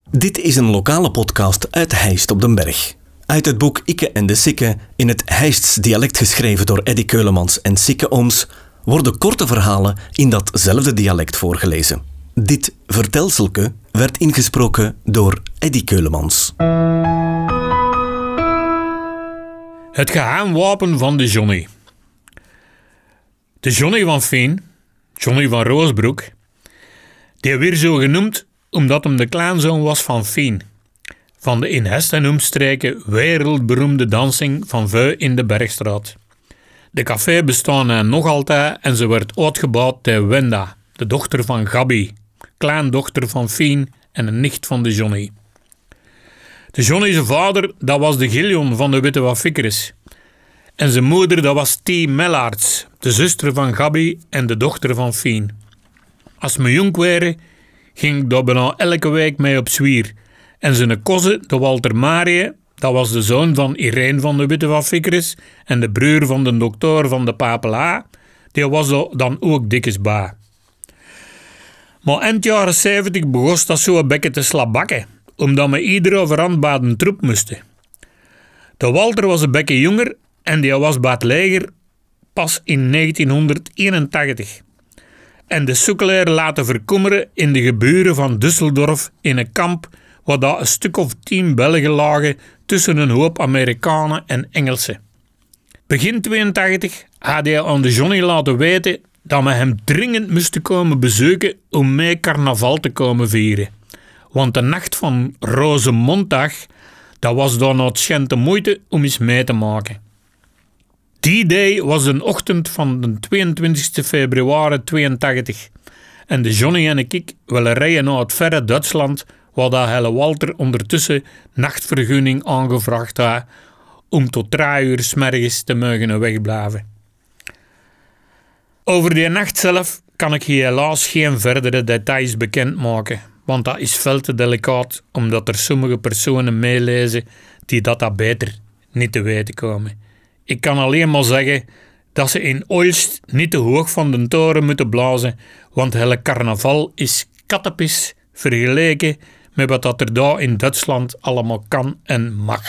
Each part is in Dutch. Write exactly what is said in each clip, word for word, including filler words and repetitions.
Dit is een lokale podcast uit Heist op den Berg. Uit het boek Ikke en de Sikke, in het Heists dialect geschreven door Eddy Keulemans en Sikke Ooms, worden korte verhalen in datzelfde dialect voorgelezen. Dit vertelselke werd ingesproken door Eddy Keulemans. Het geheim wapen van de Johnny. De Johnny van Feen, Johnny van Roosbroek, die werd zo genoemd omdat hem de kleinzoon was van Feen, van de in Hest en omstreken wereldberoemde dansing van Veu in de Bergstraat. De café bestaan er nog altijd en ze werd uitgebouwd door Wenda, de dochter van Gabi, kleindochter van Feen en een nicht van de Johnny. De Johnny zijn vader, dat was de Giljon van de Witte Waffikkers. En zijn moeder, dat was T. Mellaerts, de zuster van Gabi en de dochter van Feen. Als we jong waren, ging ik daar bijna elke week mee op zwier. En zijn koze, de Walter Marie, dat was de zoon van Irene van de Witte Waffikkers en de broer van de dokter van de Papela, die was er dan ook dikjes bij. Maar eind jaren zeventig begon dat zo een beetje te slabakken, omdat we ieder overhand bij de troep moesten. De Walter was een beetje jonger en die was bij het leger pas in negentienhonderdeenentachtig. En de sukkelaar laten verkommeren in de geburen van Düsseldorf in een kamp waar daar een stuk of tien Belgen lagen tussen een hoop Amerikanen en Engelsen. Begin tweeëntachtig had hij aan de Johnny laten weten dat we hem dringend moesten komen bezoeken om mee carnaval te komen vieren. Want de nacht van Rozenmontag, dat was daar nog schijnt de moeite om eens mee te maken. Die day was een ochtend van de tweeëntwintigste februari tweeëntachtig. En de Johnny en ik willen rijden naar het verre Duitsland, waar dat hele Walter ondertussen nachtvergunning aangevraagd had om tot drie uur 's morgens te mogen wegblijven. Over die nacht zelf kan ik hier helaas geen verdere details bekendmaken, want dat is veel te delicaat, omdat er sommige personen meelezen die dat, dat beter niet te weten komen. Ik kan alleen maar zeggen dat ze in Oilst niet te hoog van de toren moeten blazen, want hele carnaval is kattenpis vergeleken met wat dat er daar in Duitsland allemaal kan en mag.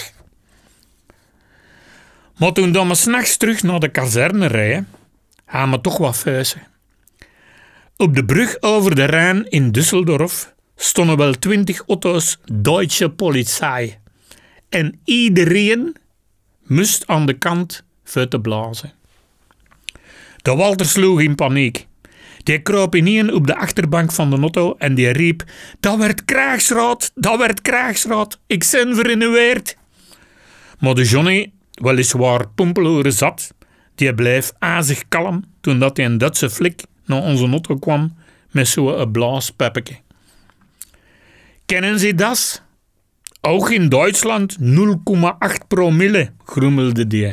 Maar toen dan we 's nachts terug naar de kazerne rijden, gaan we toch wat feuzen. Op de brug over de Rijn in Düsseldorf stonden wel twintig auto's Duitse politie. En iedereen moest aan de kant voor te blazen. De Walter sloeg in paniek. Die kroop ineen op de achterbank van de auto en die riep: "Dat werd krijgsraad, dat werd krijgsraad, ik zijn verineweerd." Maar de Johnny, weliswaar pompeloeren zat, die bleef azig kalm toen dat hij een Duitse flik naar onze auto kwam met zo'n blaaspeppeke. "Kennen ze dat? Ook in Duitsland nul komma acht promille, groemelde die.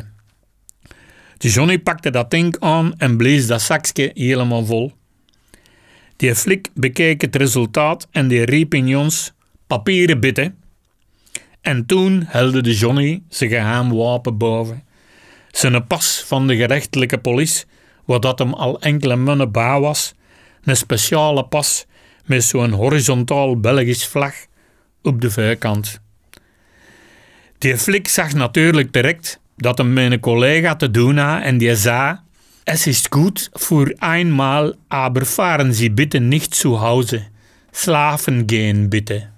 De Johnny pakte dat ding aan en blies dat zakje helemaal vol. Die flik bekeek het resultaat en die riep in ons: "Papieren bitten." En toen helde de Johnny zijn geheim wapen boven. Zijn pas van de gerechtelijke politie, waar dat hem al enkele mannen bij was, een speciale pas met zo'n horizontaal Belgisch vlag op de voorkant. Die flik zag natuurlijk direct dat hem met een collega te doen had en die zei: "Es ist gut für einmal, aber fahren Sie bitte nicht zu Hause. Slaven gehen bitte."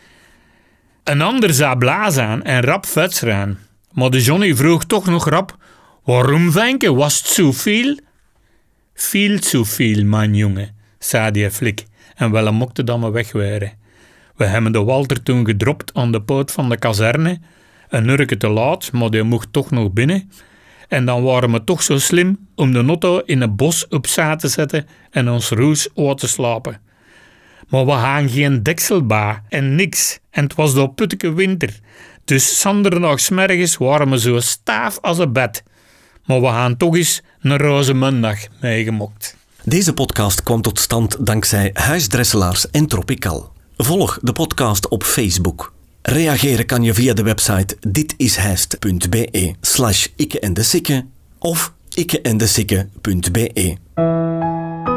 Een ander zou blazen aan en rap vetseraan, maar de Johnny vroeg toch nog rap: "Waarom, Venke, was het zo veel?" "Veel zu veel, mijn jongen," zei die flik en wel mokte dat we weg waren. We hebben de Walter toen gedropt aan de poort van de kazerne, een nurke te laat, maar die mocht toch nog binnen. En dan waren we toch zo slim om de auto in een bos opzij te zetten en ons roes uit te slapen. Maar we hadden geen deksel bij en niks, en het was door putteke winter. Dus zondagsmorgens waren we zo staaf als een bed. Maar we hadden toch eens een roze maandag meegemokt. Deze podcast kwam tot stand dankzij Huisdresselaars en Tropical. Volg de podcast op Facebook. Reageren kan je via de website ditisheist.be slash ikke en de sikke of ikke en de sikke punt be.